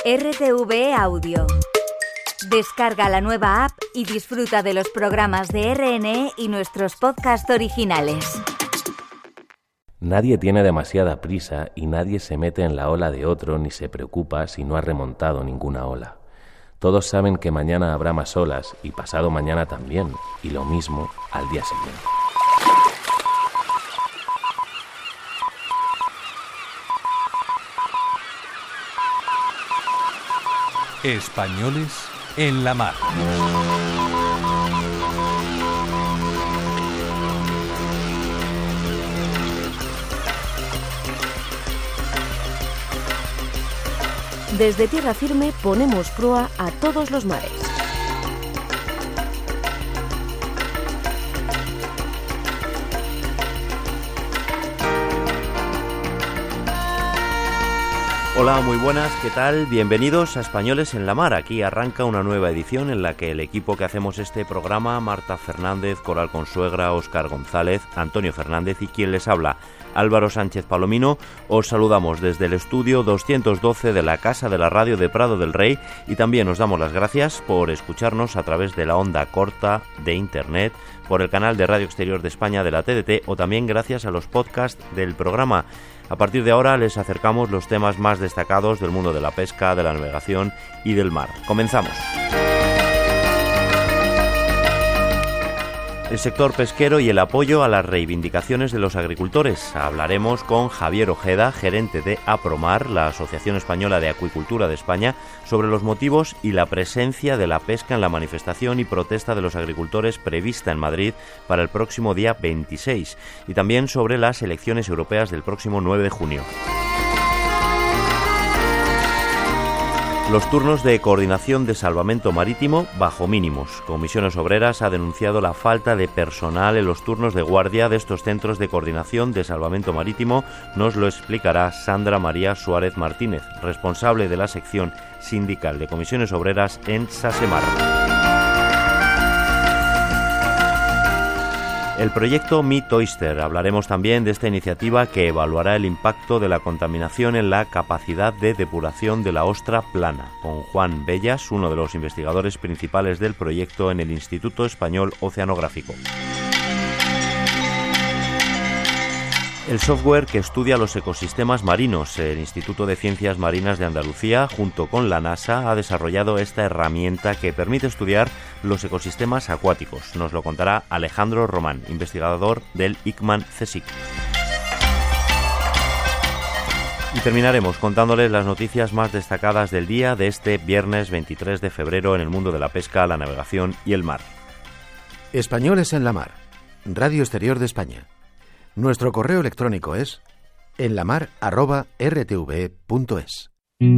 RTV Audio. Descarga la nueva app y disfruta de los programas de RNE y nuestros podcasts originales. Nadie tiene demasiada prisa y nadie se mete en la ola de otro ni se preocupa si no ha remontado ninguna ola. Todos saben que mañana habrá más olas y pasado mañana también, y lo mismo al día siguiente. Españoles en la mar. Desde tierra firme ponemos proa a todos los mares. Hola, muy buenas, ¿qué tal? Bienvenidos a Españoles en la Mar. Aquí arranca una nueva edición en la que el equipo que hacemos este programa, Marta Fernández, Coral Consuegra, Óscar González, Antonio Fernández y quien les habla, Álvaro Sánchez Palomino, os saludamos desde el estudio 212 de la Casa de la Radio de Prado del Rey y también os damos las gracias por escucharnos a través de la onda corta de Internet, por el canal de Radio Exterior de España de la TDT o también gracias a los podcasts del programa. A partir de ahora les acercamos los temas más destacados del mundo de la pesca, de la navegación y del mar. Comenzamos. El sector pesquero y el apoyo a las reivindicaciones de los agricultores. Hablaremos con Javier Ojeda, gerente de APROMAR, la Asociación Española de Acuicultura de España, sobre los motivos y la presencia de la pesca en la manifestación y protesta de los agricultores prevista en Madrid para el próximo día 26 y también sobre las elecciones europeas del próximo 9 de junio. Los turnos de coordinación de salvamento marítimo bajo mínimos. Comisiones Obreras ha denunciado la falta de personal en los turnos de guardia de estos centros de coordinación de salvamento marítimo. Nos lo explicará Sandra María Suárez Martínez, responsable de la sección sindical de Comisiones Obreras en Sasemar. El proyecto Meet Oyster. Hablaremos también de esta iniciativa que evaluará el impacto de la contaminación en la capacidad de depuración de la ostra plana, con Juan Bellas, uno de los investigadores principales del proyecto en el Instituto Español Oceanográfico. El software que estudia los ecosistemas marinos. El Instituto de Ciencias Marinas de Andalucía, junto con la NASA, ha desarrollado esta herramienta que permite estudiar los ecosistemas acuáticos. Nos lo contará Alejandro Román, investigador del ICMAN CSIC. Y terminaremos contándoles las noticias más destacadas del día de este viernes 23 de febrero en el mundo de la pesca, la navegación y el mar. Españoles en la Mar, Radio Exterior de España. Nuestro correo electrónico es enlamar@rtv.es.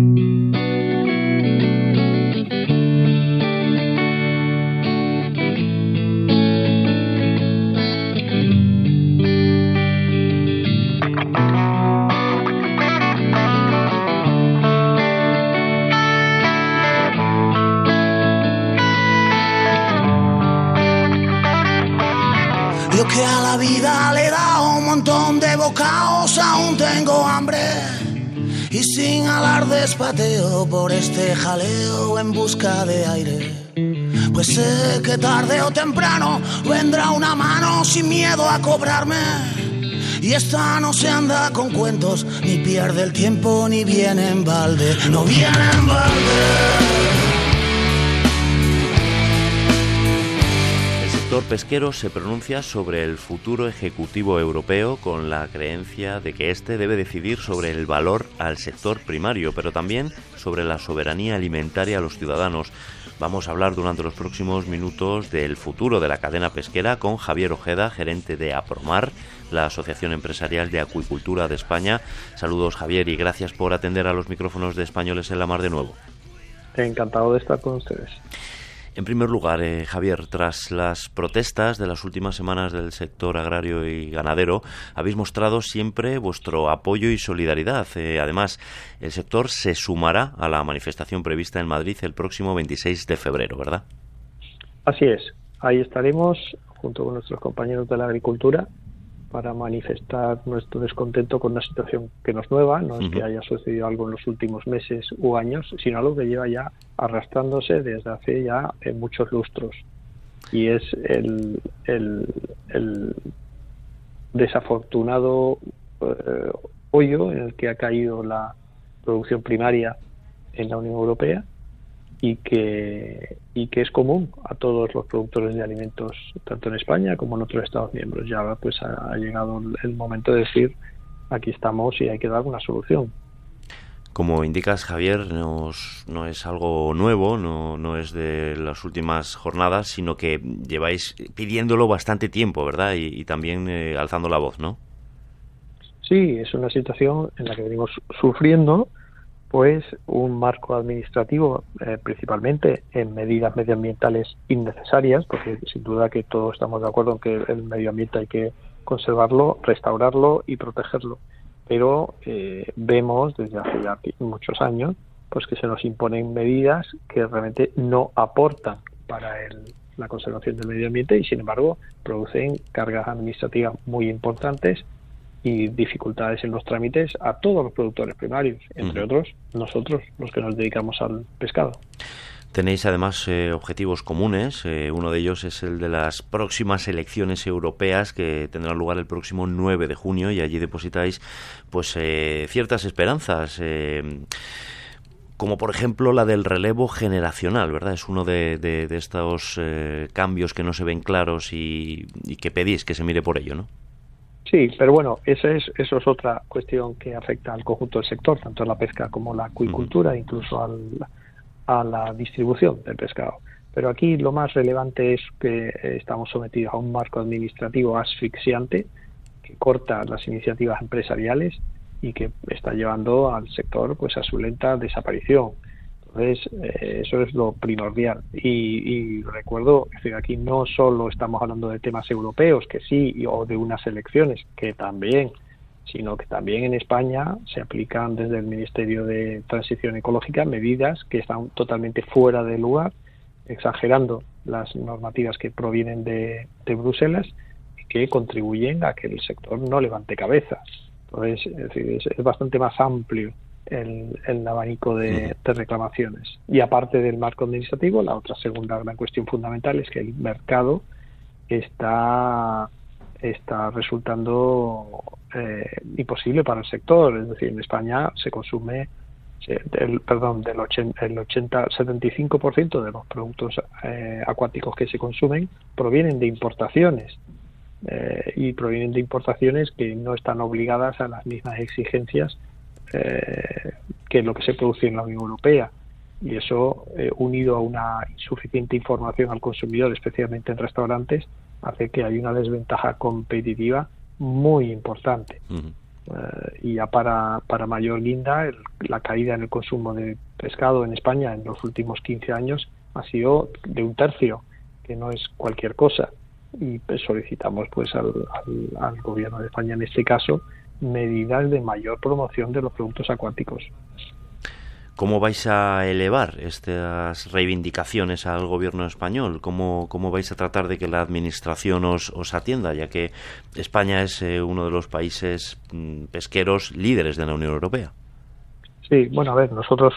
Yo que a la vida le he dado un montón de bocados, aún tengo hambre. Y sin alardes pateo por este jaleo en busca de aire. Pues sé que tarde o temprano vendrá una mano sin miedo a cobrarme. Y esta no se anda con cuentos, ni pierde el tiempo, ni viene en balde. No viene en balde. El sector pesquero se pronuncia sobre el futuro ejecutivo europeo con la creencia de que éste debe decidir sobre el valor al sector primario, pero también sobre la soberanía alimentaria a los ciudadanos. Vamos a hablar durante los próximos minutos del futuro de la cadena pesquera con Javier Ojeda, gerente de APROMAR, la Asociación Empresarial de Acuicultura de España. Saludos, Javier, y gracias por atender a los micrófonos de Españoles en la Mar de nuevo. Encantado de estar con ustedes. En primer lugar, Javier, tras las protestas de las últimas semanas del sector agrario y ganadero, habéis mostrado siempre vuestro apoyo y solidaridad. Además, el sector se sumará a la manifestación prevista en Madrid el próximo 26 de febrero, ¿verdad? Así es. Ahí estaremos, junto con nuestros compañeros de la agricultura, para manifestar nuestro descontento con una situación que no es nueva, no es que haya sucedido algo en los últimos meses u años, sino algo que lleva ya arrastrándose desde hace ya muchos lustros. Y es el desafortunado hoyo en el que ha caído la producción primaria en la Unión Europea y que es común a todos los productores de alimentos, tanto en España como en otros Estados miembros. Ya pues ha llegado el momento de decir, aquí estamos y hay que dar una solución. Como indicas, Javier, no es algo nuevo, no es de las últimas jornadas, sino que lleváis pidiéndolo bastante tiempo, ¿verdad? Y también alzando la voz, ¿no? Sí, es una situación en la que venimos sufriendo pues un marco administrativo, principalmente en medidas medioambientales innecesarias, porque sin duda que todos estamos de acuerdo en que el medio ambiente hay que conservarlo, restaurarlo y protegerlo. Pero vemos desde hace ya muchos años pues que se nos imponen medidas que realmente no aportan para la conservación del medio ambiente y sin embargo producen cargas administrativas muy importantes y dificultades en los trámites a todos los productores primarios, entre otros nosotros, los que nos dedicamos al pescado. Tenéis además objetivos comunes. Uno de ellos es el de las próximas elecciones europeas que tendrán lugar el próximo 9 de junio y allí depositáis pues ciertas esperanzas, como por ejemplo la del relevo generacional, ¿verdad? Es uno de estos cambios que no se ven claros y que pedís que se mire por ello, ¿no? Sí, pero bueno, eso es otra cuestión que afecta al conjunto del sector, tanto a la pesca como a la acuicultura, incluso a la distribución del pescado. Pero aquí lo más relevante es que estamos sometidos a un marco administrativo asfixiante que corta las iniciativas empresariales y que está llevando al sector pues a su lenta desaparición. Entonces, eso es lo primordial. Y recuerdo que aquí no solo estamos hablando de temas europeos, que sí, o de unas elecciones, que también, sino que también en España se aplican desde el Ministerio de Transición Ecológica medidas que están totalmente fuera de lugar, exagerando las normativas que provienen de Bruselas y que contribuyen a que el sector no levante cabeza. Entonces, es decir, es bastante más amplio el abanico de reclamaciones. Y aparte del marco administrativo, la otra segunda gran cuestión fundamental es que el mercado está resultando imposible para el sector. Es decir, en España se consume el 75% de los productos acuáticos que se consumen provienen de importaciones y provienen de importaciones que no están obligadas a las mismas exigencias que lo que se produce en la Unión Europea. Y eso, unido a una insuficiente información al consumidor, especialmente en restaurantes, hace que hay una desventaja competitiva muy importante. Y ya para mayor guinda, la caída en el consumo de pescado en España en los últimos 15 años ha sido de 1/3, que no es cualquier cosa. Y pues solicitamos pues al gobierno de España, en este caso, medidas de mayor promoción de los productos acuáticos. ¿Cómo vais a elevar estas reivindicaciones al gobierno español? ¿Cómo vais a tratar de que la administración os atienda, ya que España es uno de los países pesqueros líderes de la Unión Europea? Sí, bueno, a ver, nosotros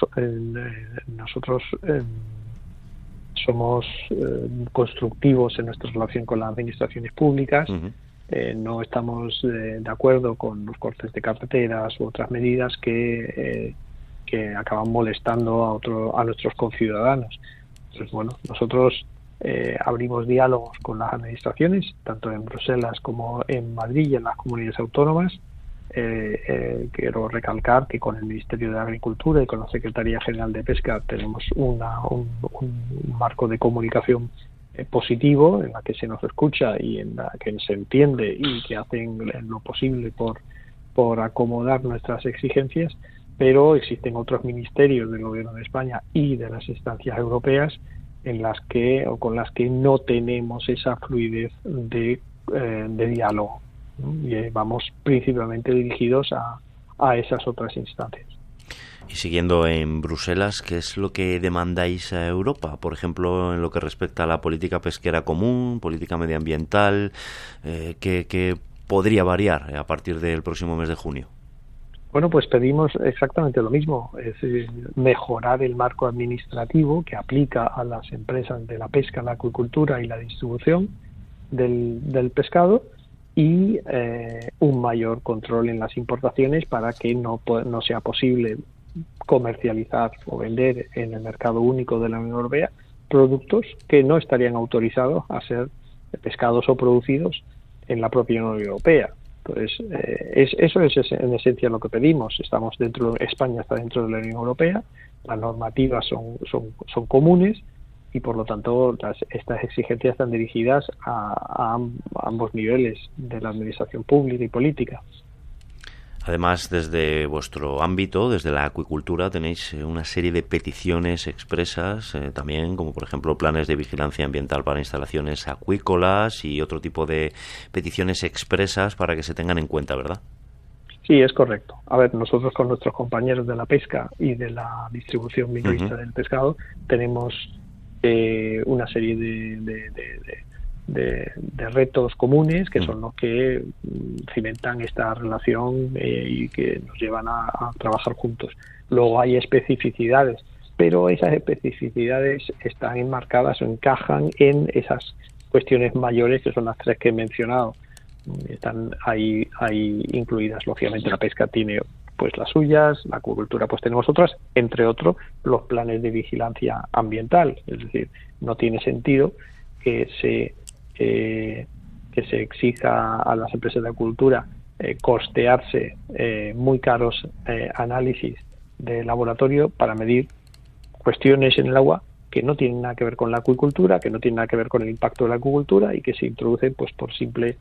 somos constructivos en nuestra relación con las administraciones públicas. No estamos de acuerdo con los cortes de carreteras u otras medidas que acaban molestando a nuestros conciudadanos. Entonces, bueno, nosotros abrimos diálogos con las administraciones, tanto en Bruselas como en Madrid y en las comunidades autónomas. Quiero recalcar que con el Ministerio de Agricultura y con la Secretaría General de Pesca tenemos un marco de comunicación positivo, en la que se nos escucha y en la que se entiende y que hacen lo posible por acomodar nuestras exigencias, pero existen otros ministerios del Gobierno de España y de las instancias europeas con las que no tenemos esa fluidez de diálogo, ¿no? Y vamos principalmente dirigidos a esas otras instancias. Y siguiendo en Bruselas, ¿qué es lo que demandáis a Europa? Por ejemplo, en lo que respecta a la política pesquera común, política medioambiental, ¿qué podría variar a partir del próximo mes de junio? Bueno, pues pedimos exactamente lo mismo, es decir, mejorar el marco administrativo que aplica a las empresas de la pesca, la acuicultura y la distribución del pescado, y un mayor control en las importaciones para que no sea posible comercializar o vender en el mercado único de la Unión Europea productos que no estarían autorizados a ser pescados o producidos en la propia Unión Europea. Entonces, eso es en esencia lo que pedimos. España está dentro de la Unión Europea, las normativas son comunes y, por lo tanto, estas exigencias están dirigidas a ambos niveles de la administración pública y política. Además, desde vuestro ámbito, desde la acuicultura, tenéis una serie de peticiones expresas también, como por ejemplo planes de vigilancia ambiental para instalaciones acuícolas y otro tipo de peticiones expresas para que se tengan en cuenta, ¿verdad? Sí, es correcto. A ver, nosotros con nuestros compañeros de la pesca y de la distribución minorista del pescado tenemos una serie de retos comunes que son los que cimentan esta relación y que nos llevan a trabajar juntos. Luego hay especificidades, pero esas especificidades están enmarcadas o encajan en esas cuestiones mayores, que son las tres que he mencionado. Están ahí incluidas, lógicamente la pesca tiene pues las suyas, la acuicultura pues tenemos otras, entre otros los planes de vigilancia ambiental. Es decir, no tiene sentido que se exija a las empresas de acuicultura costearse muy caros análisis de laboratorio para medir cuestiones en el agua que no tienen nada que ver con la acuicultura, que no tienen nada que ver con el impacto de la acuicultura y que se introducen pues por simple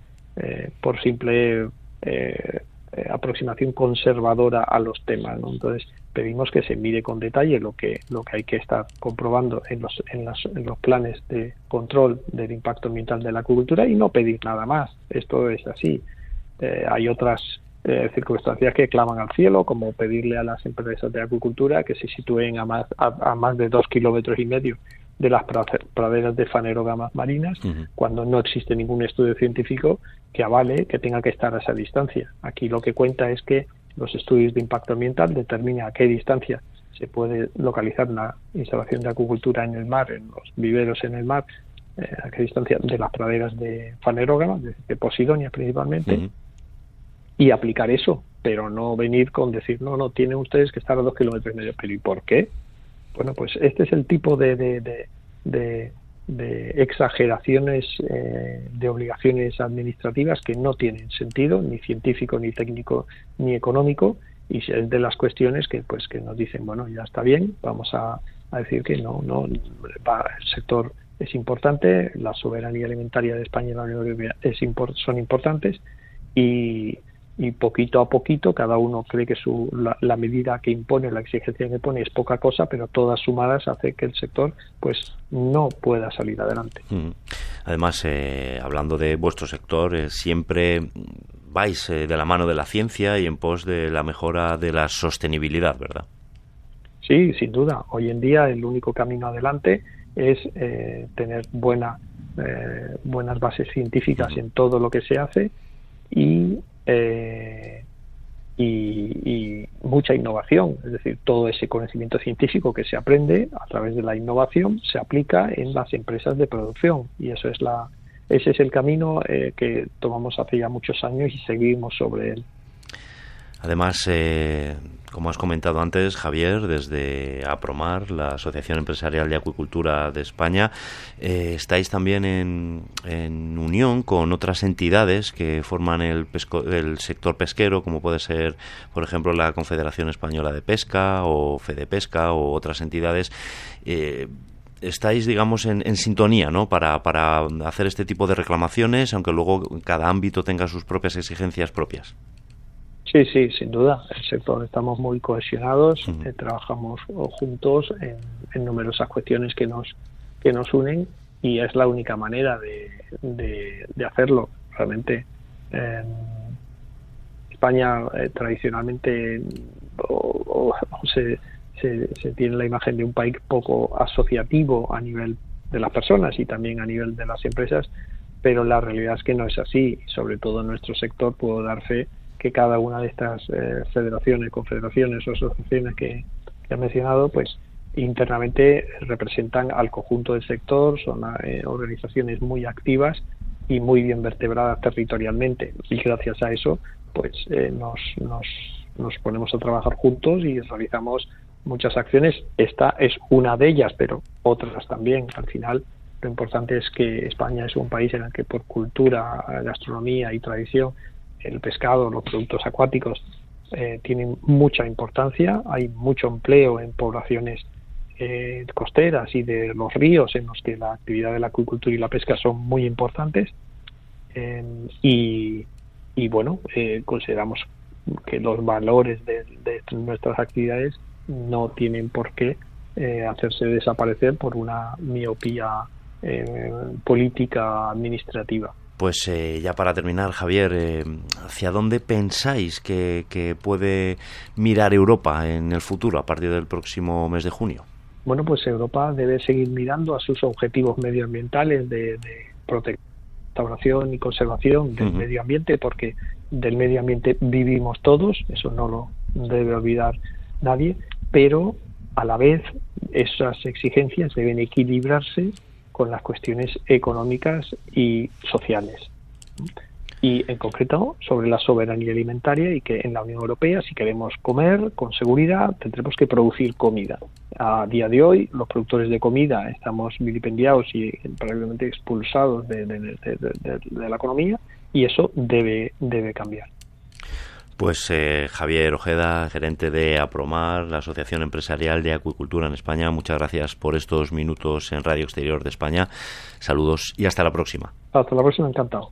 aproximación conservadora a los temas, ¿no? Entonces pedimos que se mire con detalle lo que hay que estar comprobando en los planes de control del impacto ambiental de la acuicultura y no pedir nada más. Esto es así. Hay otras circunstancias que claman al cielo, como pedirle a las empresas de acuicultura que se sitúen a más de 2,5 kilómetros de las praderas de fanerógamas marinas, cuando no existe ningún estudio científico que avale que tenga que estar a esa distancia. Aquí lo que cuenta es que los estudios de impacto ambiental determinan a qué distancia se puede localizar una instalación de acuicultura en el mar, en los viveros en el mar, a qué distancia de las praderas de fanerógamas, de Posidonia principalmente, y aplicar eso, pero no venir con decir, no, tienen ustedes que estar a 2,5 kilómetros. ¿Pero y por qué? Bueno, pues este es el tipo de exageraciones de obligaciones administrativas que no tienen sentido, ni científico, ni técnico, ni económico, y es de las cuestiones que nos dicen, bueno, ya está bien, vamos a decir que no, el sector es importante, la soberanía alimentaria de España y la Unión Europea son importantes, y poquito a poquito cada uno cree que la medida que impone, la exigencia que pone es poca cosa, pero todas sumadas hace que el sector pues no pueda salir adelante. Además, hablando de vuestro sector, siempre vais de la mano de la ciencia y en pos de la mejora de la sostenibilidad, ¿verdad? Sí, sin duda. Hoy en día el único camino adelante es tener buenas bases científicas en todo lo que se hace y mucha innovación, es decir, todo ese conocimiento científico que se aprende a través de la innovación se aplica en las empresas de producción, y ese es el camino que tomamos hace ya muchos años y seguimos sobre él. Además, como has comentado antes, Javier, desde APROMAR, la Asociación Empresarial de Acuicultura de España, estáis también en unión con otras entidades que forman el sector pesquero, como puede ser, por ejemplo, la Confederación Española de Pesca o FEDEPESCA o otras entidades. Estáis, digamos, en sintonía, ¿no?, para hacer este tipo de reclamaciones, aunque luego cada ámbito tenga sus propias exigencias propias. Sí, sin duda. El sector estamos muy cohesionados, trabajamos juntos en numerosas cuestiones que nos unen, y es la única manera de hacerlo. Realmente, España tradicionalmente se tiene la imagen de un país poco asociativo a nivel de las personas y también a nivel de las empresas, pero la realidad es que no es así. Sobre todo en nuestro sector puedo dar fe que cada una de estas federaciones, confederaciones o asociaciones que he mencionado, pues internamente representan al conjunto del sector, son organizaciones muy activas y muy bien vertebradas territorialmente, y gracias a eso pues nos ponemos a trabajar juntos y realizamos muchas acciones. Esta es una de ellas, pero otras también. Al final lo importante es que España es un país en el que por cultura, gastronomía y tradición el pescado, los productos acuáticos tienen mucha importancia. Hay mucho empleo en poblaciones costeras y de los ríos, en los que la actividad de la acuicultura y la pesca son muy importantes, y bueno, consideramos que los valores de nuestras actividades no tienen por qué hacerse desaparecer por una miopía política administrativa. Pues ya para terminar, Javier, ¿hacia dónde pensáis que puede mirar Europa en el futuro a partir del próximo mes de junio? Bueno, pues Europa debe seguir mirando a sus objetivos medioambientales de restauración y conservación del medio ambiente, porque del medio ambiente vivimos todos, eso no lo debe olvidar nadie, pero a la vez esas exigencias deben equilibrarse con las cuestiones económicas y sociales. Y en concreto sobre la soberanía alimentaria, y que en la Unión Europea, si queremos comer con seguridad, tendremos que producir comida. A día de hoy, los productores de comida estamos vilipendiados y prácticamente expulsados de la economía, y eso debe cambiar. Pues Javier Ojeda, gerente de Apromar, la Asociación Empresarial de Acuicultura en España, muchas gracias por estos minutos en Radio Exterior de España. Saludos y hasta la próxima. Hasta la próxima, encantado.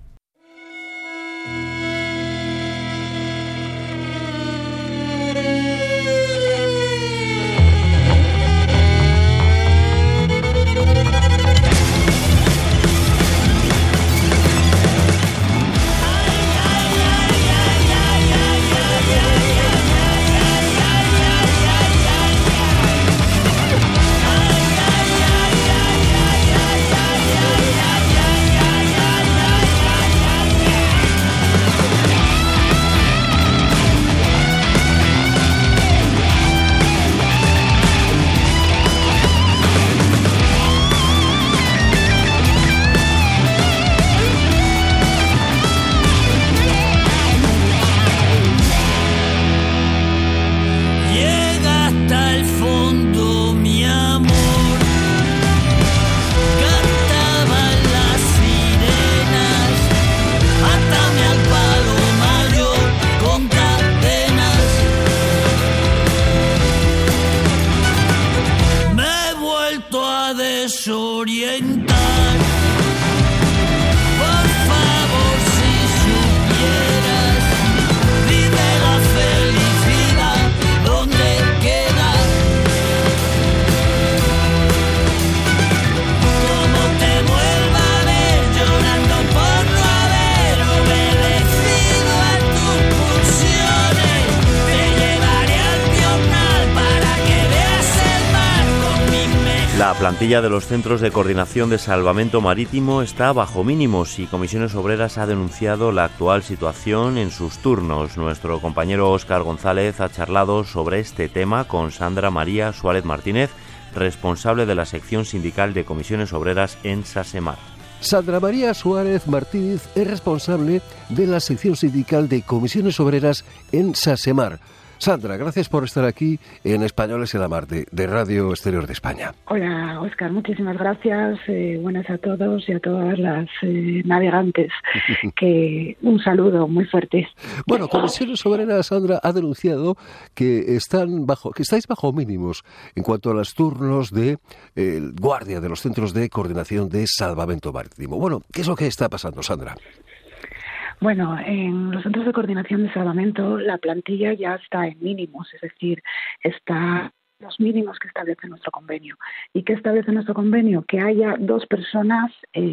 La plantilla de los Centros de Coordinación de Salvamento Marítimo está bajo mínimos y Comisiones Obreras ha denunciado la actual situación en sus turnos. Nuestro compañero Óscar González ha charlado sobre este tema con Sandra María Suárez Martínez, responsable de la sección sindical de Comisiones Obreras en Sasemar. Sandra María Suárez Martínez es responsable de la sección sindical de Comisiones Obreras en Sasemar. Sandra, gracias por estar aquí en Españoles en la Mar de Radio Exterior de España. Hola, Óscar, muchísimas gracias. Buenas a todos y a todas las navegantes. Que un saludo muy fuerte. Bueno, Comisiones Obreras, Sandra, ha denunciado que estáis bajo mínimos en cuanto a los turnos de guardia de los Centros de Coordinación de Salvamento Marítimo. Bueno, ¿qué es lo que está pasando, Sandra? Bueno, en los centros de coordinación de salvamento la plantilla ya está en mínimos, es decir, está los mínimos que establece nuestro convenio. ¿Y qué establece nuestro convenio? Que haya 2 personas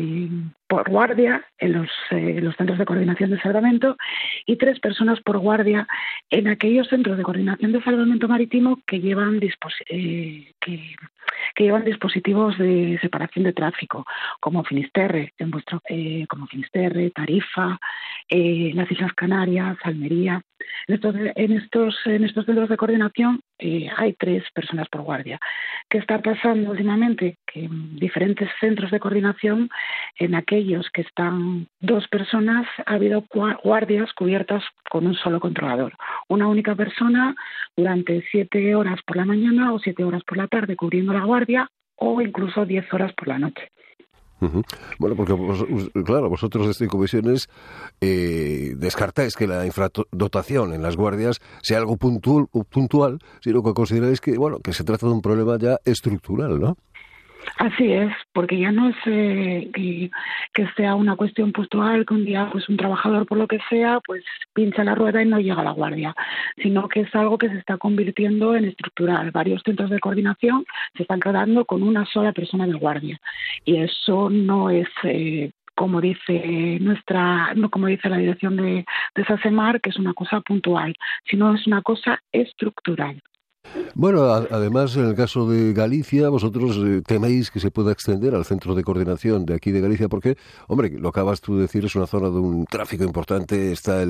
por guardia en los centros de coordinación de salvamento y 3 personas por guardia en aquellos centros de coordinación de salvamento marítimo que llevan que que llevan dispositivos de separación de tráfico, como Finisterre, como Finisterre, Tarifa, las Islas Canarias, Almería. En estos centros de coordinación hay 3 personas por guardia. ¿Qué está pasando últimamente? Que en diferentes centros de coordinación, en aquellos que están 2 personas, ha habido guardias cubiertas con un solo controlador. Una única persona durante 7 horas por la mañana o 7 horas por la tarde cubriendo la guardia, o incluso 10 horas por la noche. Uh-huh. Bueno, porque claro, vosotros desde comisiones descartáis que la infradotación en las guardias sea algo puntual, sino que consideráis que, bueno, que se trata de un problema ya estructural, ¿no? Así es, porque ya no es que sea una cuestión puntual, que un día pues un trabajador por lo que sea pues pincha la rueda y no llega a la guardia, sino que es algo que se está convirtiendo en estructural. Varios centros de coordinación se están quedando con una sola persona de guardia y eso no es como dice la dirección de SACEMAR, que es una cosa puntual, sino es una cosa estructural. Bueno, además, en el caso de Galicia, vosotros teméis que se pueda extender al centro de coordinación de aquí de Galicia, porque, hombre, lo acabas tú de decir, es una zona de un tráfico importante, está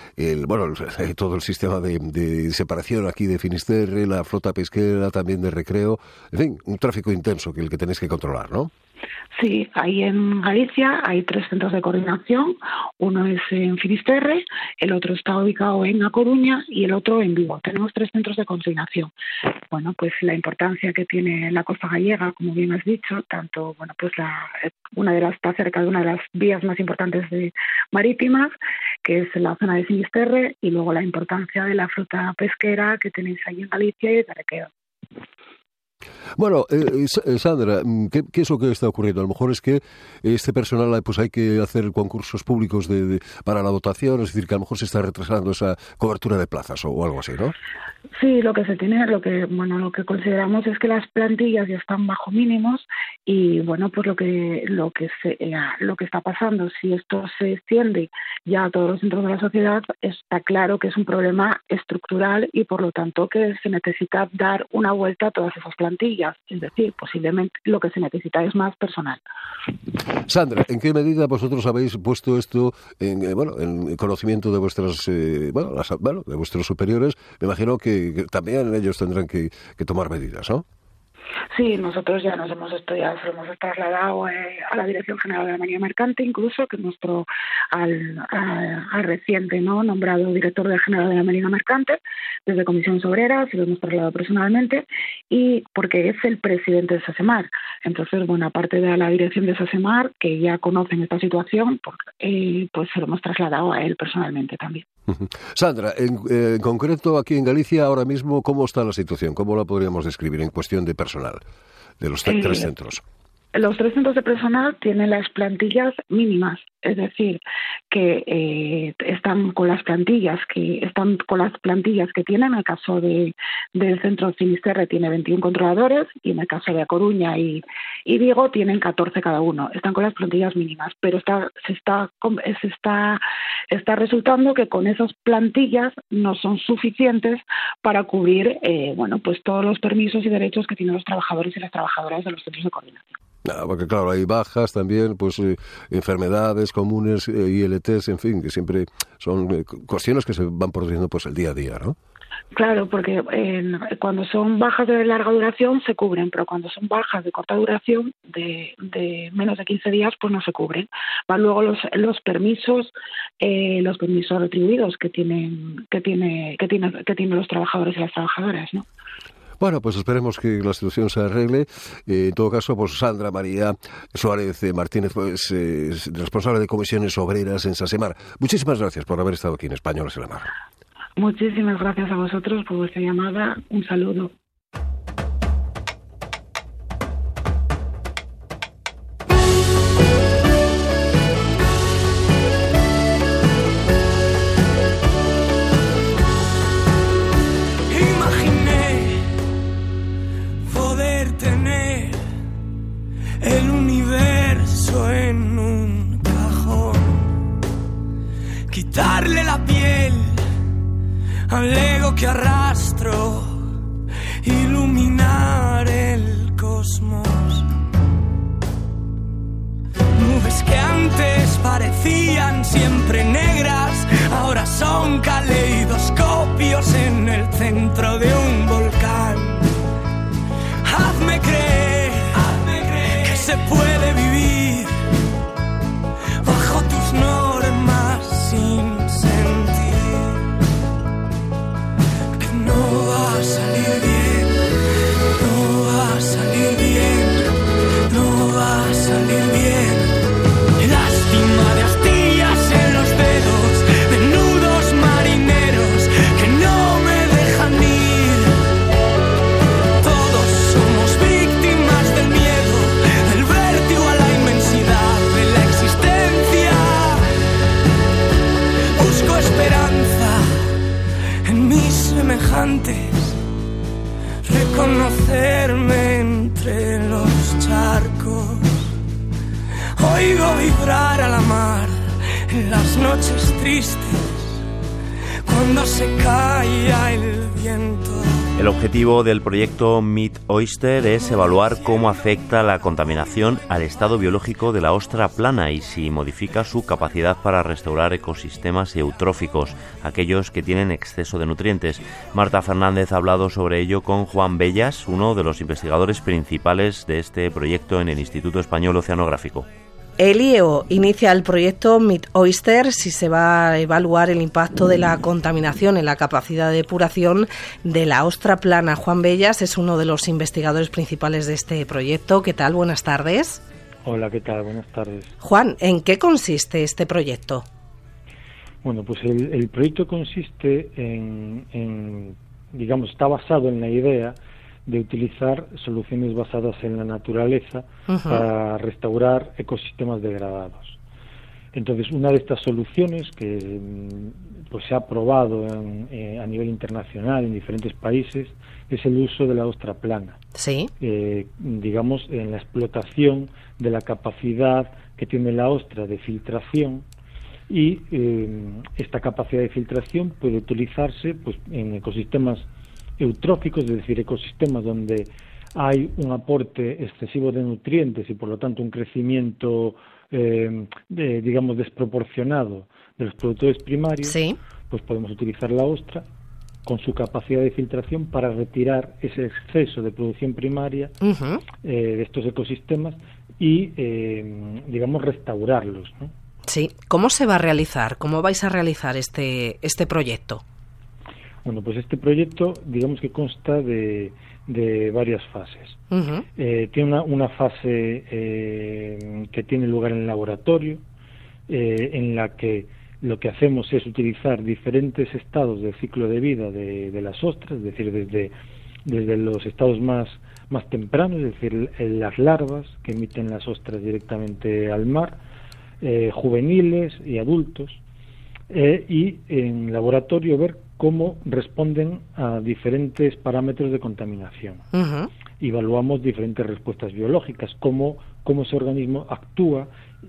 todo el sistema de separación aquí de Finisterre, la flota pesquera, también de recreo, en fin, un tráfico intenso que el que tenéis que controlar, ¿no? Sí, ahí en Galicia hay 3 centros de coordinación, uno es en Finisterre, el otro está ubicado en A Coruña y el otro en Vigo. Tenemos 3 centros de coordinación. Bueno, pues la importancia que tiene la costa gallega, como bien has dicho, tanto, bueno, pues está cerca de una de las vías más importantes marítimas, que es la zona de Finisterre, y luego la importancia de la flota pesquera que tenéis ahí en Galicia y de Requeo. Bueno, Sandra, ¿qué es lo que está ocurriendo? A lo mejor es que este personal, pues hay que hacer concursos públicos para la dotación, es decir, que a lo mejor se está retrasando esa cobertura de plazas o algo así, ¿no? Sí, lo que consideramos es que las plantillas ya están bajo mínimos y bueno, pues lo que está pasando, si esto se extiende ya a todos los centros de la sociedad, está claro que es un problema estructural y por lo tanto que se necesita dar una vuelta a todas esas plantillas, es decir, posiblemente lo que se necesita es más personal. Sandra, ¿en qué medida vosotros habéis puesto esto en conocimiento de de vuestros superiores? Me imagino que también ellos tendrán que tomar medidas, ¿no? Sí, nosotros ya se lo hemos trasladado a la Dirección General de la Marina Mercante, incluso que nuestro al reciente nombrado director general de la Marina Mercante, desde Comisiones Obreras, se lo hemos trasladado personalmente, y porque es el presidente de SACEMAR. Entonces, bueno, aparte de la dirección de SACEMAR, que ya conocen esta situación, pues se lo hemos trasladado a él personalmente también. Sandra, en concreto aquí en Galicia ahora mismo, ¿cómo está la situación? ¿Cómo la podríamos describir en cuestión de personal de los 3 centros? Los 3 centros de personal tienen las plantillas mínimas, es decir, que están con las plantillas que tienen. En el caso del centro Finisterre tiene 21 controladores y en el caso de A Coruña y Vigo tienen 14 cada uno. Están con las plantillas mínimas, pero está resultando que con esas plantillas no son suficientes para cubrir pues todos los permisos y derechos que tienen los trabajadores y las trabajadoras de los centros de coordinación. Porque claro, hay bajas también, pues enfermedades comunes, ILTs, en fin, que siempre son cuestiones que se van produciendo pues el día a día, ¿no? Claro, porque cuando son bajas de larga duración se cubren, pero cuando son bajas de corta duración, de menos de 15 días, pues no se cubren. Van luego los permisos retribuidos que tienen los trabajadores y las trabajadoras, ¿no? Bueno, pues esperemos que la situación se arregle. En todo caso, pues Sandra María Suárez Martínez, pues responsable de Comisiones Obreras en SACEMAR. Muchísimas gracias por haber estado aquí en Españoles en la Mar. Muchísimas gracias a vosotros por vuestra llamada. Un saludo. El universo en un cajón, quitarle la piel al ego que arrastro, iluminar el cosmos. Oigo vibrar a la mar en las noches tristes, cuando se calla el viento. El objetivo del proyecto MidOyster es evaluar cómo afecta la contaminación al estado biológico de la ostra plana y si modifica su capacidad para restaurar ecosistemas eutróficos, aquellos que tienen exceso de nutrientes. Marta Fernández ha hablado sobre ello con Juan Bellas, uno de los investigadores principales de este proyecto en el Instituto Español Oceanográfico. El IEO inicia el proyecto MidOyster si se va a evaluar el impacto de la contaminación en la capacidad de depuración de la ostra plana. Juan Bellas es uno de los investigadores principales de este proyecto. ¿Qué tal? Buenas tardes. Hola, ¿qué tal? Buenas tardes. Juan, ¿en qué consiste este proyecto? Bueno, pues el proyecto consiste en, digamos, está basado en la idea de utilizar soluciones basadas en la naturaleza para restaurar ecosistemas degradados. Entonces, una de estas soluciones que pues se ha probado a nivel internacional en diferentes países es el uso de la ostra plana. Sí. Digamos, en la explotación de la capacidad que tiene la ostra de filtración, y esta capacidad de filtración puede utilizarse pues en ecosistemas eutróficos, es decir, ecosistemas donde hay un aporte excesivo de nutrientes y por lo tanto un crecimiento digamos desproporcionado de los productores primarios. Sí. Pues podemos utilizar la ostra con su capacidad de filtración para retirar ese exceso de producción primaria de estos ecosistemas y digamos restaurarlos, ¿no? Sí. ¿Cómo se va a realizar? ¿Cómo vais a realizar este proyecto? Bueno, pues este proyecto, digamos que consta de varias fases. Tiene una fase que tiene lugar en el laboratorio, en la que lo que hacemos es utilizar diferentes estados del ciclo de vida de las ostras, es decir, desde los estados más tempranos, es decir, las larvas que emiten las ostras directamente al mar, juveniles y adultos, y en laboratorio ver cómo responden a diferentes parámetros de contaminación. Evaluamos diferentes respuestas biológicas, cómo ese organismo actúa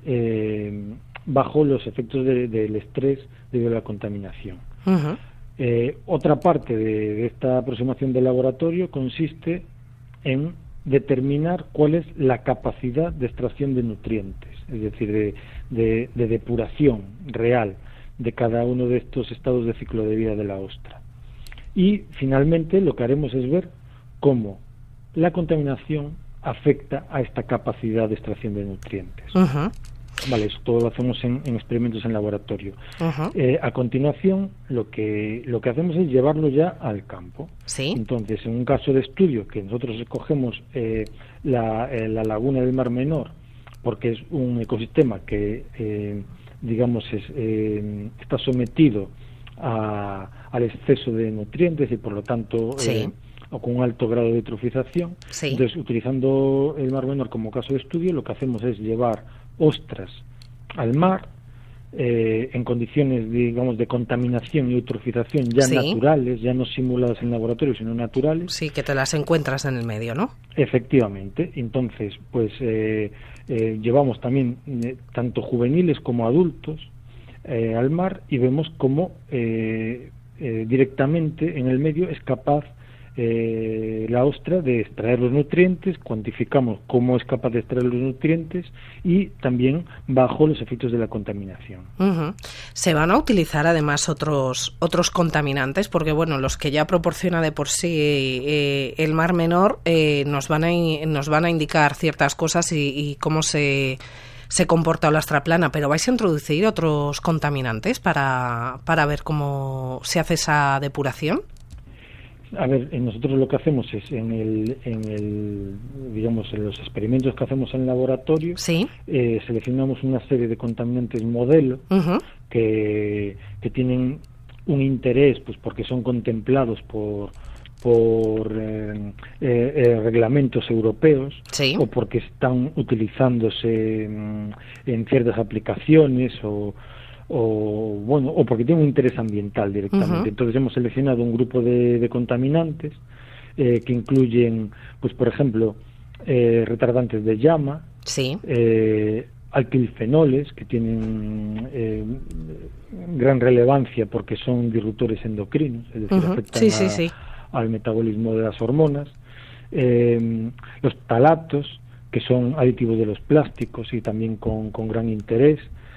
bajo los efectos del estrés debido a la contaminación. Otra parte de esta aproximación del laboratorio consiste en determinar cuál es la capacidad de extracción de nutrientes, es decir, de depuración real de cada uno de estos estados de ciclo de vida de la ostra. Y finalmente lo que haremos es ver cómo la contaminación afecta a esta capacidad de extracción de nutrientes. Vale, eso todo lo hacemos en experimentos en laboratorio. A continuación, lo que hacemos es llevarlo ya al campo. ¿Sí? Entonces, en un caso de estudio que nosotros escogemos la laguna del Mar Menor, porque es un ecosistema que digamos está sometido al exceso de nutrientes y por lo tanto o con un alto grado de eutrofización. Entonces, utilizando el Mar Menor como caso de estudio, lo que hacemos es llevar ostras al mar en condiciones, digamos, de contaminación y eutrofización ya naturales, ya no simuladas en laboratorio, sino naturales. Sí, que te las encuentras en el medio, ¿no? Efectivamente. Entonces, pues llevamos también tanto juveniles como adultos al mar y vemos cómo directamente en el medio es capaz la ostra de extraer los nutrientes, cuantificamos cómo es capaz de extraer los nutrientes y también bajo los efectos de la contaminación. Se van a utilizar además otros contaminantes, porque bueno, los que ya proporciona de por sí el Mar Menor nos van a indicar ciertas cosas y cómo se comporta la ostra plana, pero vais a introducir otros contaminantes para ver cómo se hace esa depuración. A ver, nosotros lo que hacemos es digamos, en los experimentos que hacemos en laboratorio, seleccionamos una serie de contaminantes modelo que tienen un interés, pues porque son contemplados por reglamentos europeos o porque están utilizándose en ciertas aplicaciones o porque tiene un interés ambiental directamente. Entonces hemos seleccionado un grupo de contaminantes que incluyen, pues por ejemplo, retardantes de llama, alquilfenoles, que tienen gran relevancia porque son disruptores endocrinos, es decir, afectan al metabolismo de las hormonas. Los talatos, que son aditivos de los plásticos y también con gran interés,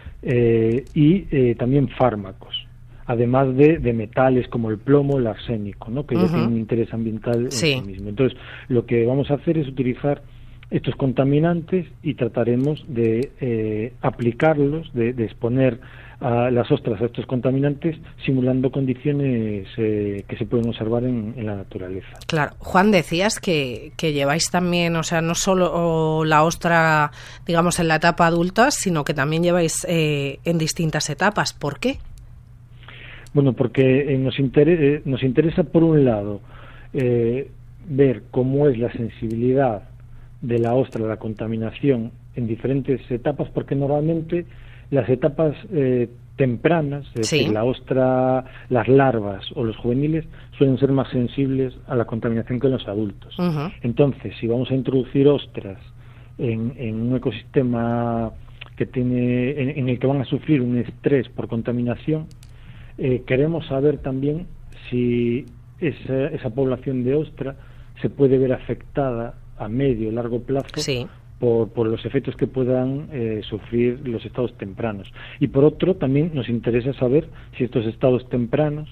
y también fármacos, además de metales como el plomo, el arsénico, ¿no? Que ya tienen un interés ambiental en sí mismo. Entonces, lo que vamos a hacer es utilizar estos contaminantes y trataremos de aplicarlos, de exponer a las ostras a estos contaminantes, simulando condiciones que se pueden observar en la naturaleza. Claro. Juan, decías que lleváis también, o sea, no solo la ostra, digamos, en la etapa adulta, sino que también lleváis en distintas etapas. ¿Por qué? Bueno, porque nos interesa, por un lado, ver cómo es la sensibilidad de la ostra a la contaminación en diferentes etapas, porque normalmente las etapas tempranas, es decir, la ostra, las larvas o los juveniles suelen ser más sensibles a la contaminación que los adultos. Entonces, si vamos a introducir ostras en un ecosistema que en el que van a sufrir un estrés por contaminación, queremos saber también si esa población de ostra se puede ver afectada a medio o largo plazo por los efectos que puedan sufrir los estados tempranos. Y por otro, también nos interesa saber si estos estados tempranos,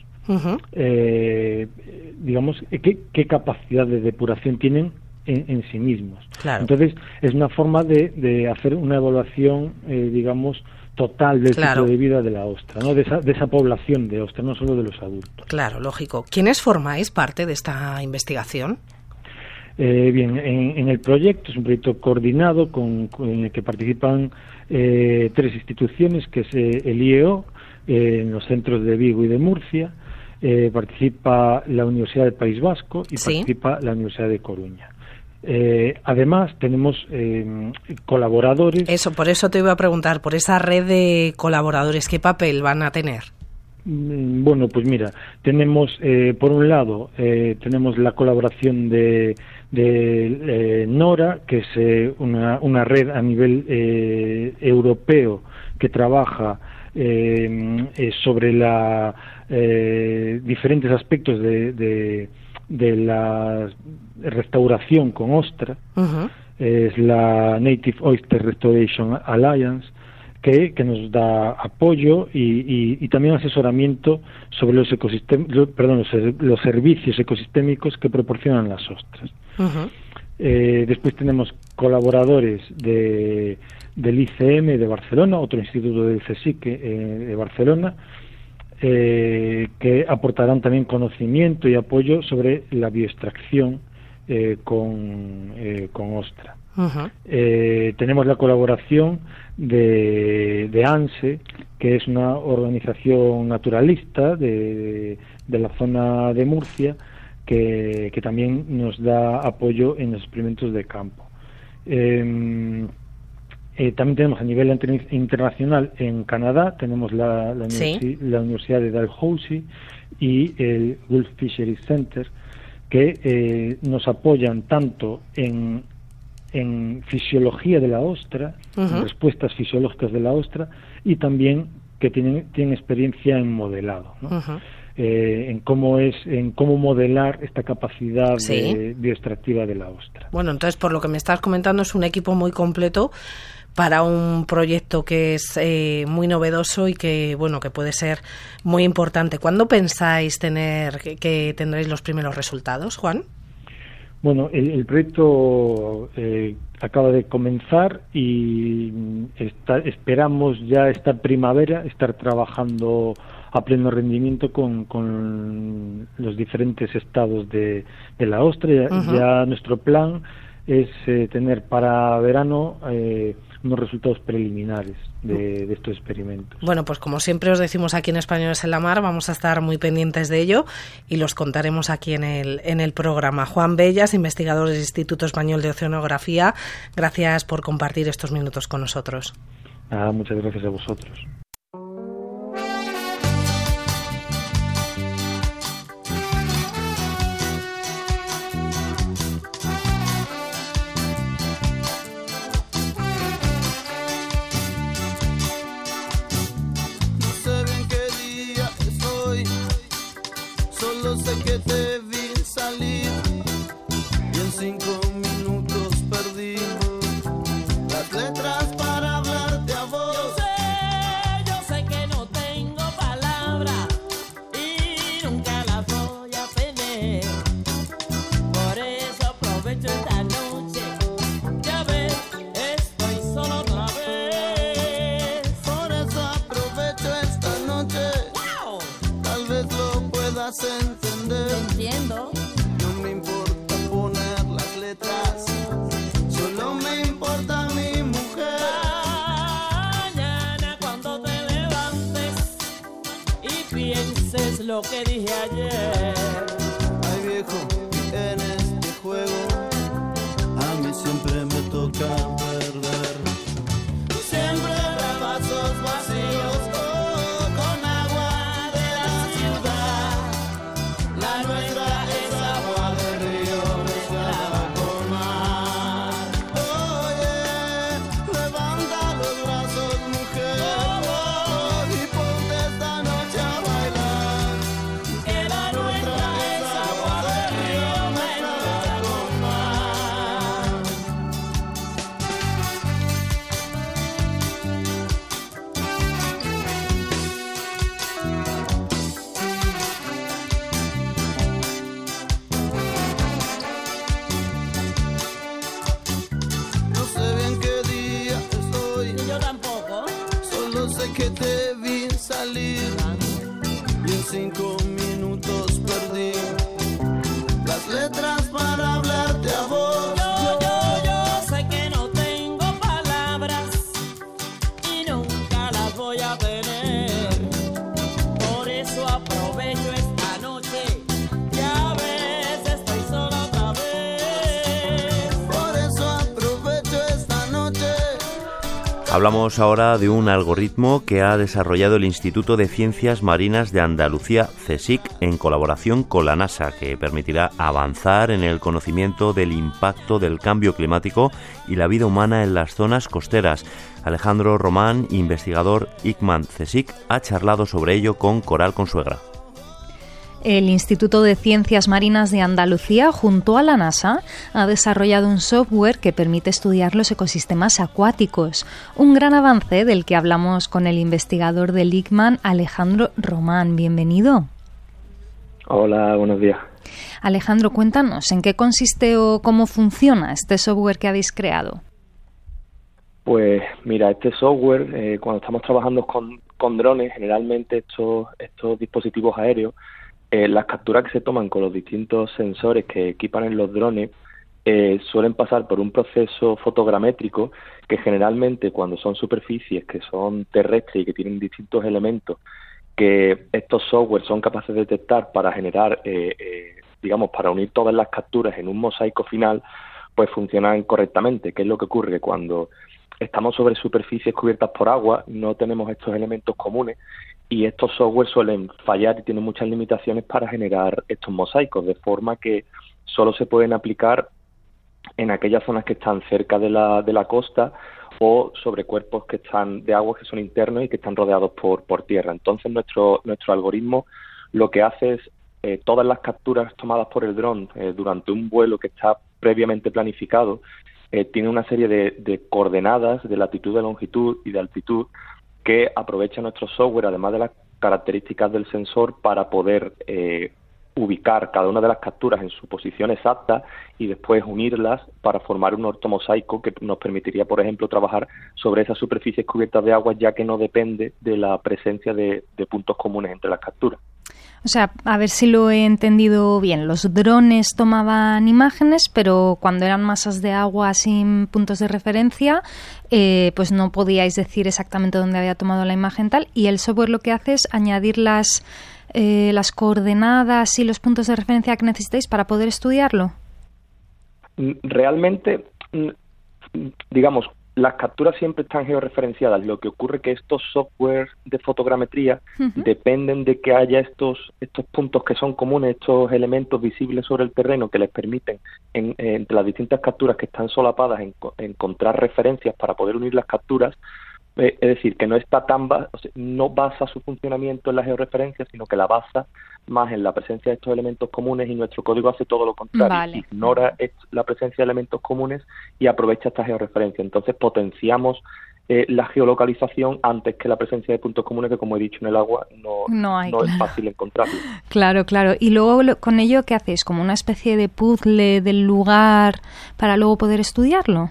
digamos, qué capacidad de depuración tienen en sí mismos. Claro. Entonces, es una forma de hacer una evaluación, digamos, total del ciclo de vida de la ostra, ¿no? De esa población de ostra, no solo de los adultos. Claro, lógico. ¿Quiénes formáis parte de esta investigación? Bien, en el proyecto, es un proyecto coordinado en el que participan 3 instituciones, que es el IEO, en los centros de Vigo y de Murcia, participa la Universidad del País Vasco y participa la Universidad de Coruña. Además, tenemos colaboradores. Por eso te iba a preguntar, por esa red de colaboradores, ¿qué papel van a tener? Bueno, pues mira, tenemos, por un lado, tenemos la colaboración de NORA, que es una red a nivel europeo que trabaja sobre diferentes aspectos de la restauración con ostra. Es la Native Oyster Restoration Alliance, que nos da apoyo y también asesoramiento sobre los servicios ecosistémicos que proporcionan las ostras. Después tenemos colaboradores del ICM de Barcelona, otro instituto del CSIC de Barcelona, que aportarán también conocimiento y apoyo sobre la bioextracción con ostra. Tenemos la colaboración de ANSE, que es una organización naturalista de la zona de Murcia, que también nos da apoyo en los experimentos de campo. También tenemos a nivel internacional en Canadá, tenemos la Universidad de Dalhousie y el Gulf Fisheries Center, que nos apoyan tanto en fisiología de la ostra, en respuestas fisiológicas de la ostra, y también que tienen experiencia en modelado, ¿no? En cómo modelar esta capacidad bioextractiva de la ostra. Bueno, entonces, por lo que me estás comentando, es un equipo muy completo para un proyecto que es muy novedoso y que puede ser muy importante. ¿Cuándo pensáis que tendréis los primeros resultados, Juan? Bueno, el proyecto acaba de comenzar y esperamos ya esta primavera estar trabajando a pleno rendimiento con los diferentes estados de la ostra. Ya nuestro plan es tener para verano unos resultados preliminares de estos experimentos. Bueno, pues como siempre os decimos aquí en Españoles en la Mar, vamos a estar muy pendientes de ello y los contaremos aquí en el programa. Juan Bellas, investigador del Instituto Español de Oceanografía, gracias por compartir estos minutos con nosotros. Muchas gracias a vosotros. hace entender. Entiendo. No me importa poner las letras, solo me importa mi mujer. Mañana cuando te levantes y pienses lo que dije ayer. Ay viejo, en este juego a mí siempre me toca perder. Siempre habrá vasos vacíos con agua de la ciudad. La nuestra es agua de río mezclada con mar. Oye, levanta los brazos, mujer, y ponte esta noche a bailar. Que la nuestra es agua de río mezclada con mar. No sé bien qué día es hoy, Yo tampoco. solo sé que te vi salir y en 5 minutos perdí las letras para hablarte a vos. Yo sé que no tengo palabras y nunca las voy a tener. Por eso aprovecho esta noche, ya ves, estoy sola otra vez. Por eso aprovecho esta noche. Hablamos ahora de un algoritmo que ha desarrollado el Instituto de Ciencias Marinas de Andalucía, CSIC, en colaboración con la NASA, que permitirá avanzar en el conocimiento del impacto del cambio climático y la vida humana en las zonas costeras. Alejandro Román, investigador ICMAN CSIC, ha charlado sobre ello con Coral Consuegra. El Instituto de Ciencias Marinas de Andalucía, junto a la NASA, ha desarrollado un software que permite estudiar los ecosistemas acuáticos. Un gran avance del que hablamos con el investigador del ICMAN, Alejandro Román. Bienvenido. Hola, buenos días. Alejandro, cuéntanos, ¿en qué consiste o cómo funciona este software que habéis creado? Pues mira, este software, cuando estamos trabajando con drones, generalmente estos dispositivos aéreos, las capturas que se toman con los distintos sensores que equipan en los drones suelen pasar por un proceso fotogramétrico que generalmente cuando son superficies que son terrestres y que tienen distintos elementos que estos software son capaces de detectar para generar, para unir todas las capturas en un mosaico final, pues funcionan correctamente. ¿Qué es lo que ocurre? Cuando estamos sobre superficies cubiertas por agua, no tenemos estos elementos comunes y estos software suelen fallar y tienen muchas limitaciones para generar estos mosaicos, de forma que solo se pueden aplicar en aquellas zonas que están cerca de la costa o sobre cuerpos que están de agua que son internos y que están rodeados por tierra. Entonces nuestro algoritmo lo que hace es todas las capturas tomadas por el dron durante un vuelo que está previamente planificado, tiene una serie de coordenadas de latitud, de longitud y de altitud que aprovecha nuestro software, además de las características del sensor, para poder ubicar cada una de las capturas en su posición exacta y después unirlas para formar un ortomosaico que nos permitiría, por ejemplo, trabajar sobre esas superficies cubiertas de agua, ya que no depende de la presencia de puntos comunes entre las capturas. O sea, a ver si lo he entendido bien. Los drones tomaban imágenes, pero cuando eran masas de agua sin puntos de referencia, pues no podíais decir exactamente dónde había tomado la imagen tal. Y el software lo que hace es añadir las coordenadas y los puntos de referencia que necesitáis para poder estudiarlo. Realmente, digamos, las capturas siempre están georreferenciadas. Lo que ocurre es que estos software de fotogrametría dependen de que haya estos puntos que son comunes, estos elementos visibles sobre el terreno que les permiten entre las distintas capturas que están solapadas encontrar referencias para poder unir las capturas. Es decir, que no está no basa su funcionamiento en la georreferencia, sino que la basa más en la presencia de estos elementos comunes, y nuestro código hace todo lo contrario. Vale. Ignora la presencia de elementos comunes y aprovecha esta georreferencia. Entonces potenciamos la geolocalización antes que la presencia de puntos comunes, que, como he dicho, en el agua no es fácil encontrarlo. Claro. Y luego con ello, ¿qué hacéis? ¿Como una especie de puzzle del lugar para luego poder estudiarlo?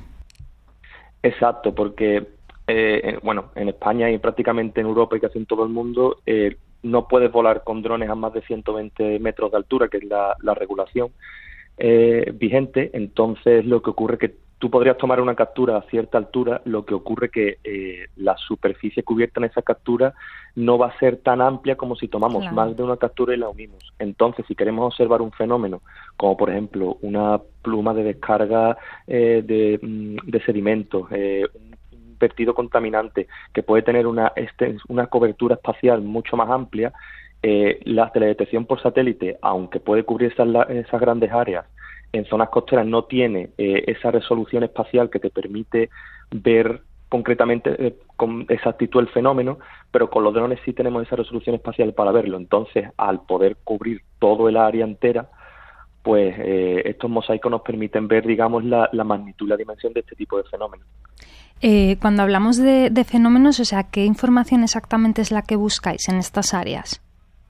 Exacto, porque en España y prácticamente en Europa y casi en todo el mundo, no puedes volar con drones a más de 120 metros de altura, que es la regulación vigente. Entonces lo que ocurre es que tú podrías tomar una captura a cierta altura, lo que ocurre que la superficie cubierta en esa captura no va a ser tan amplia como si tomamos más de una captura y la unimos. Entonces, si queremos observar un fenómeno, como por ejemplo una pluma de descarga de sedimentos, un vertido contaminante que puede tener una cobertura espacial mucho más amplia, la teledetección por satélite, aunque puede cubrir esas grandes áreas, en zonas costeras no tiene esa resolución espacial que te permite ver concretamente con exactitud el fenómeno, pero con los drones sí tenemos esa resolución espacial para verlo. Entonces, al poder cubrir todo el área entera, pues estos mosaicos nos permiten ver, digamos, la magnitud y la dimensión de este tipo de fenómenos. Cuando hablamos de fenómenos, o sea, ¿qué información exactamente es la que buscáis en estas áreas?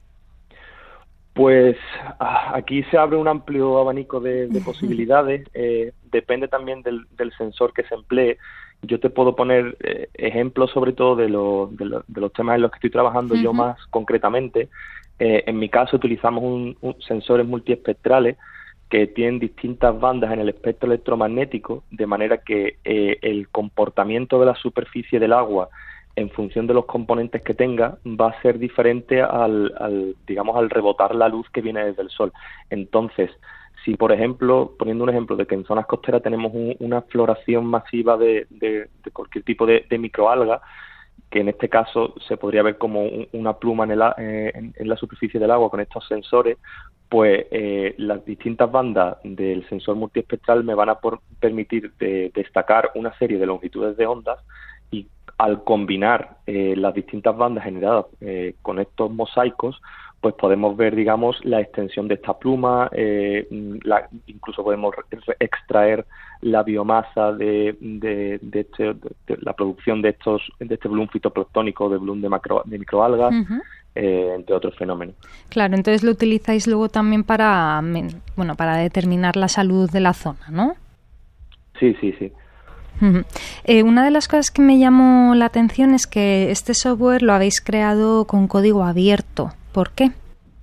Pues aquí se abre un amplio abanico de posibilidades. Depende también del sensor que se emplee. Yo te puedo poner ejemplos sobre todo de los temas en los que estoy trabajando yo más concretamente. En mi caso utilizamos sensores multiespectrales que tienen distintas bandas en el espectro electromagnético, de manera que el comportamiento de la superficie del agua en función de los componentes que tenga va a ser diferente al rebotar la luz que viene desde el sol. Entonces, si por ejemplo, poniendo un ejemplo de que en zonas costeras tenemos una floración masiva de cualquier tipo de microalga, que en este caso se podría ver como una pluma en la superficie del agua con estos sensores, pues las distintas bandas del sensor multiespectral me van a permitir destacar una serie de longitudes de ondas, y al combinar las distintas bandas generadas con estos mosaicos, pues podemos ver, digamos, la extensión de esta pluma, incluso podemos extraer la biomasa de la producción de este bloom fitoplanctónico, de bloom de microalgas, entre otros fenómenos. Claro, entonces lo utilizáis luego también para determinar la salud de la zona, ¿no? Sí. Una de las cosas que me llamó la atención es que este software lo habéis creado con código abierto. ¿Por qué?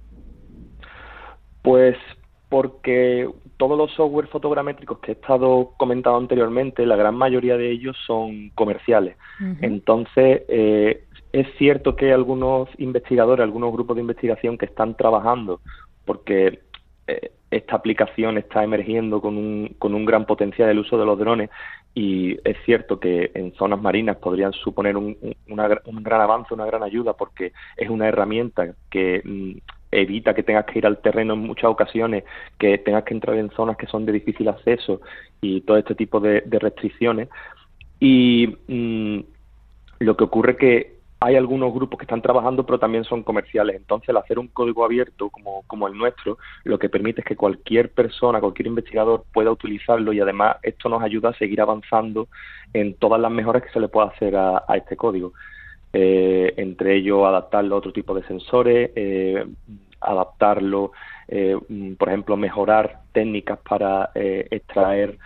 Pues porque todos los software fotogramétricos que he estado comentando anteriormente, la gran mayoría de ellos son comerciales. Entonces, es cierto que hay algunos investigadores, algunos grupos de investigación que están trabajando porque esta aplicación está emergiendo con un gran potencial el uso de los drones, y es cierto que en zonas marinas podrían suponer un gran avance, una gran ayuda, porque es una herramienta que evita que tengas que ir al terreno en muchas ocasiones, que tengas que entrar en zonas que son de difícil acceso y todo este tipo de restricciones. Y lo que ocurre es que hay algunos grupos que están trabajando, pero también son comerciales. Entonces, al hacer un código abierto como el nuestro, lo que permite es que cualquier persona, cualquier investigador pueda utilizarlo, y además esto nos ayuda a seguir avanzando en todas las mejoras que se le pueda hacer a este código. Entre ellos, adaptarlo a otro tipo de sensores, adaptarlo, por ejemplo, mejorar técnicas para extraer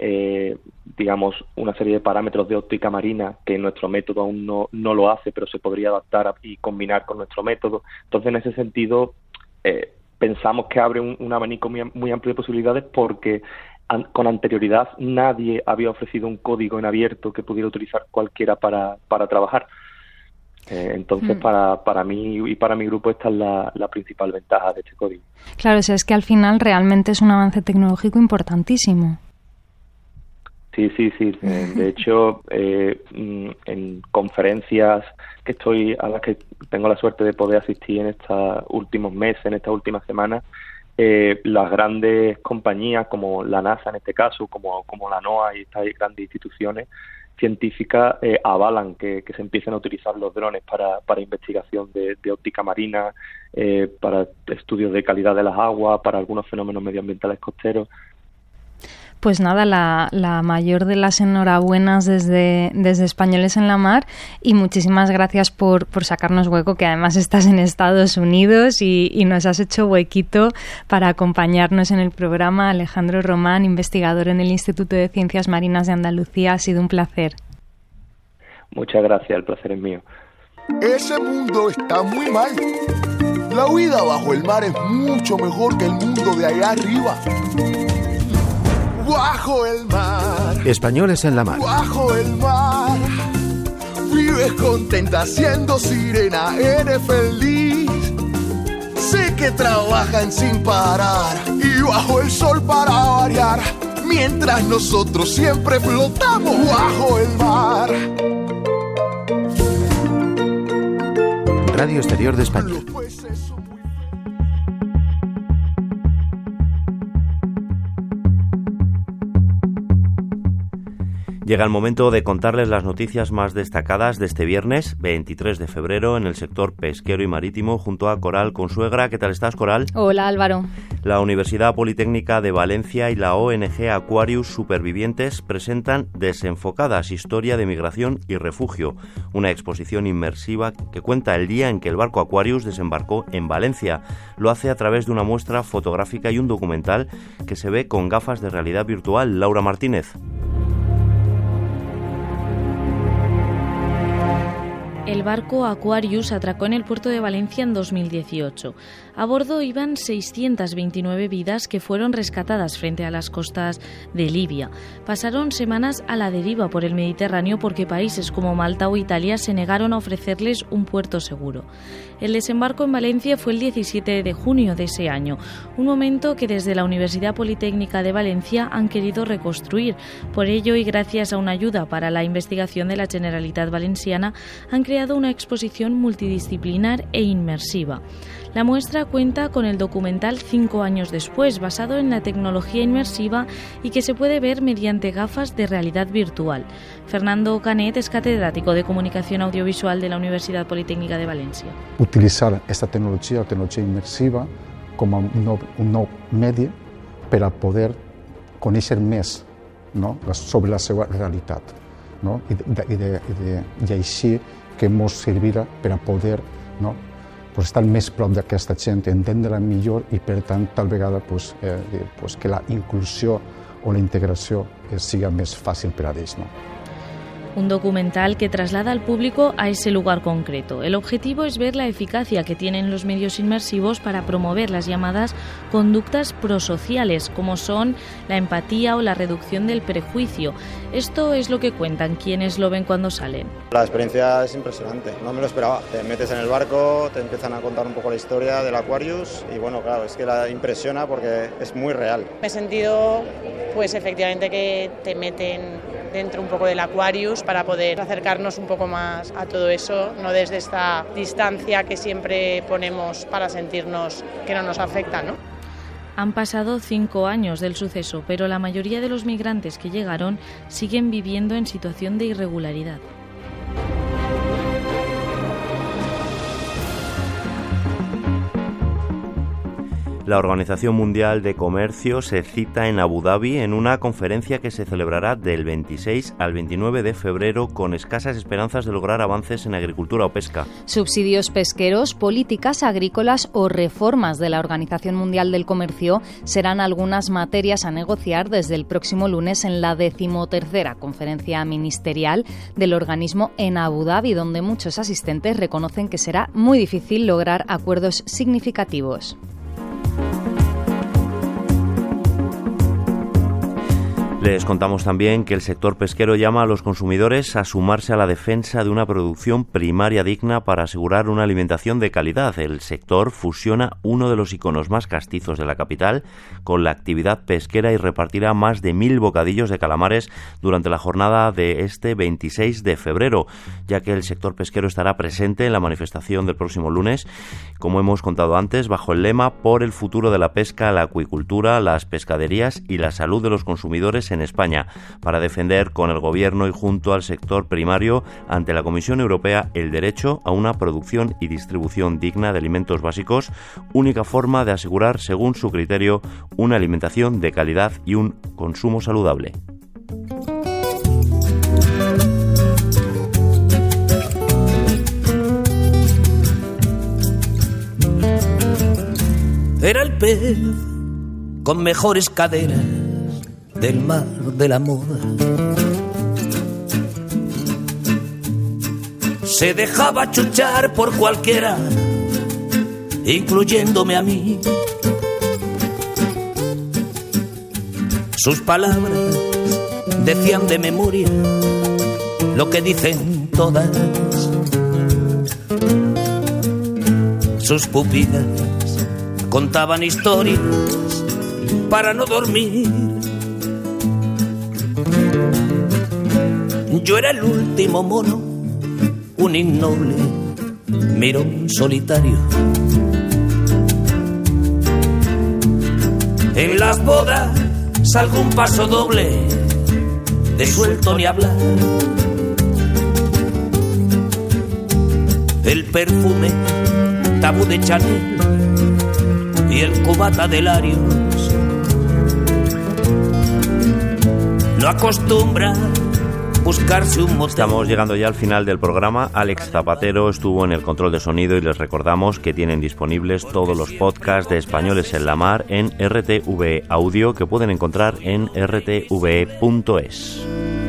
una serie de parámetros de óptica marina que nuestro método aún no lo hace, pero se podría adaptar y combinar con nuestro método. Entonces, en ese sentido, pensamos que abre un abanico muy amplio de posibilidades, porque con anterioridad nadie había ofrecido un código en abierto que pudiera utilizar cualquiera para trabajar. Entonces, para mí y para mi grupo, esta es la principal ventaja de este código. Claro, o sea, es que al final realmente es un avance tecnológico importantísimo. Sí. De hecho, en conferencias a las que tengo la suerte de poder asistir en estos últimos meses, en estas últimas semanas, las grandes compañías como la NASA en este caso, como la NOAA y estas grandes instituciones científicas avalan que se empiecen a utilizar los drones para investigación de óptica marina, para estudios de calidad de las aguas, para algunos fenómenos medioambientales costeros. Pues nada, la mayor de las enhorabuenas desde Españoles en la Mar, y muchísimas gracias por sacarnos hueco, que además estás en Estados Unidos y nos has hecho huequito para acompañarnos en el programa. Alejandro Román, investigador en el Instituto de Ciencias Marinas de Andalucía, ha sido un placer. Muchas gracias, el placer es mío. ese mundo está muy mal. La vida bajo el mar es mucho mejor que el mundo de allá arriba. Bajo el mar. Españoles en la mar. Bajo el mar. Vives contenta siendo sirena, eres feliz. Sé que trabajan sin parar y bajo el sol para variar. Mientras nosotros siempre flotamos bajo el mar. Radio Exterior de España. Llega el momento de contarles las noticias más destacadas de este viernes 23 de febrero en el sector pesquero y marítimo junto a Coral Consuegra. ¿Qué tal estás, Coral? Hola, Álvaro. La Universidad Politécnica de Valencia y la ONG Aquarius Supervivientes presentan Desenfocadas, historia de migración y refugio, una exposición inmersiva que cuenta el día en que el barco Aquarius desembarcó en Valencia. Lo hace a través de una muestra fotográfica y un documental que se ve con gafas de realidad virtual. Laura Martínez. El barco Aquarius atracó en el puerto de Valencia en 2018. A bordo iban 629 vidas que fueron rescatadas frente a las costas de Libia. Pasaron semanas a la deriva por el Mediterráneo porque países como Malta o Italia se negaron a ofrecerles un puerto seguro. El desembarco en Valencia fue el 17 de junio de ese año, un momento que desde la Universidad Politécnica de Valencia han querido reconstruir. Por ello, y gracias a una ayuda para la investigación de la Generalitat Valenciana, han creado una exposición multidisciplinar e inmersiva. La muestra cuenta con el documental 5 años después, basado en la tecnología inmersiva y que se puede ver mediante gafas de realidad virtual. Fernando Canet es catedrático de Comunicación Audiovisual de la Universidad Politécnica de Valencia. Utilizar esta tecnologia immersiva com un nou medi per a poder conèixer més, no, sobre la seva realitat, no, i així que ens servirà per a poder, no, pues estar més prop d'aquesta gent, entendre-la millor i per tant tal vegada que la inclusió o la integració siga més fàcil per a ells. No? Un documental que traslada al público a ese lugar concreto. El objetivo es ver la eficacia que tienen los medios inmersivos para promover las llamadas conductas prosociales, como son la empatía o la reducción del prejuicio. Esto es lo que cuentan quienes lo ven cuando salen. La experiencia es impresionante, no me lo esperaba. Te metes en el barco, te empiezan a contar un poco la historia del Aquarius y bueno, claro, es que la impresiona porque es muy real. Me he sentido, pues efectivamente, que te meten dentro un poco del Aquarius para poder acercarnos un poco más a todo eso, no desde esta distancia que siempre ponemos para sentirnos que no nos afecta, ¿no? Han pasado 5 años del suceso, pero la mayoría de los migrantes que llegaron siguen viviendo en situación de irregularidad. La Organización Mundial de Comercio se cita en Abu Dhabi en una conferencia que se celebrará del 26 al 29 de febrero con escasas esperanzas de lograr avances en agricultura o pesca. Subsidios pesqueros, políticas agrícolas o reformas de la Organización Mundial del Comercio serán algunas materias a negociar desde el próximo lunes en la 13ª conferencia ministerial del organismo en Abu Dhabi, donde muchos asistentes reconocen que será muy difícil lograr acuerdos significativos. Les contamos también que el sector pesquero llama a los consumidores a sumarse a la defensa de una producción primaria digna para asegurar una alimentación de calidad. El sector fusiona uno de los iconos más castizos de la capital con la actividad pesquera y repartirá más de 1.000 bocadillos de calamares durante la jornada de este 26 de febrero, ya que el sector pesquero estará presente en la manifestación del próximo lunes, como hemos contado antes, bajo el lema Por el futuro de la pesca, la acuicultura, las pescaderías y la salud de los consumidores en España, para defender con el Gobierno y junto al sector primario ante la Comisión Europea el derecho a una producción y distribución digna de alimentos básicos, única forma de asegurar, según su criterio, una alimentación de calidad y un consumo saludable. Era el pez con mejores caderas del mar de la moda. se dejaba chuchar por cualquiera, incluyéndome a mí. Sus palabras decían de memoria lo que dicen todas. Sus pupilas contaban historias para no dormir. Yo era el último mono, un innoble mirón solitario. En las bodas algún paso doble, de suelto ni hablar. El perfume tabú de Chanel y el cubata de Larios. No acostumbra buscarse un motel. Estamos llegando ya al final del programa. Alex Zapatero estuvo en el control de sonido y les recordamos que tienen disponibles todos los podcasts de Españoles en la Mar en RTV Audio, que pueden encontrar en rtve.es.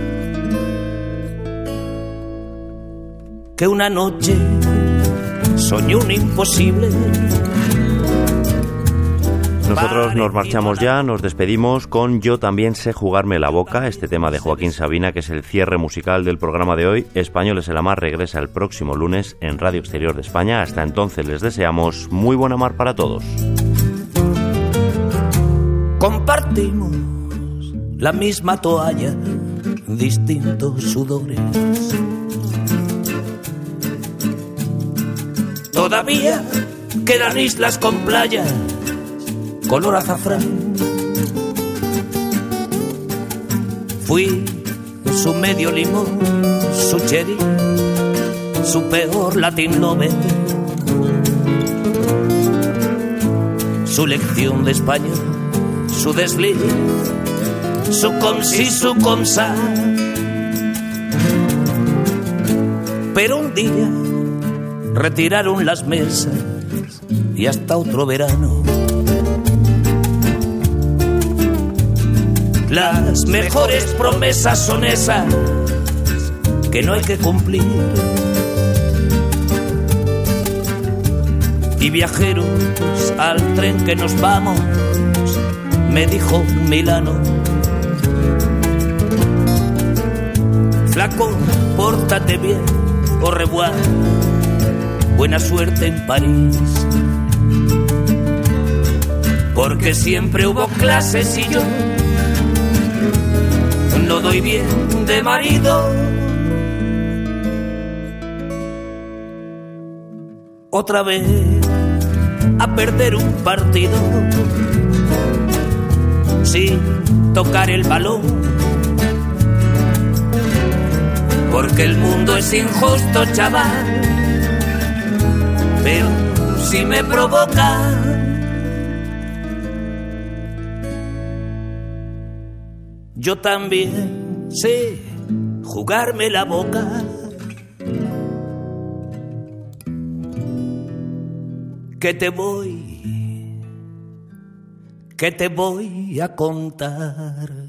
Que una noche soñé un imposible. Nosotros nos marchamos ya, nos despedimos con Yo también sé jugarme la boca, este tema de Joaquín Sabina, que es el cierre musical del programa de hoy. Españoles en la Mar regresa el próximo lunes en Radio Exterior de España. Hasta entonces les deseamos muy buena mar para todos. Compartimos la misma toalla, distintos sudores. Todavía quedan islas con playas color azafrán. Fui su medio limón, su cherry, su peor Latin novel, su lección de español, su desliz, su comsi, su comsa. Pero un día retiraron las mesas y hasta otro verano. Las mejores promesas son esas que no hay que cumplir. Y viajeros al tren que nos vamos, me dijo Milano. Flaco, pórtate bien, au revoir, buena suerte en París. Porque siempre hubo clases y yo no doy bien de marido. Otra vez a perder un partido sin tocar el balón. Porque el mundo es injusto, chaval, pero si me provoca, yo también sé jugarme la boca. Que te voy a contar.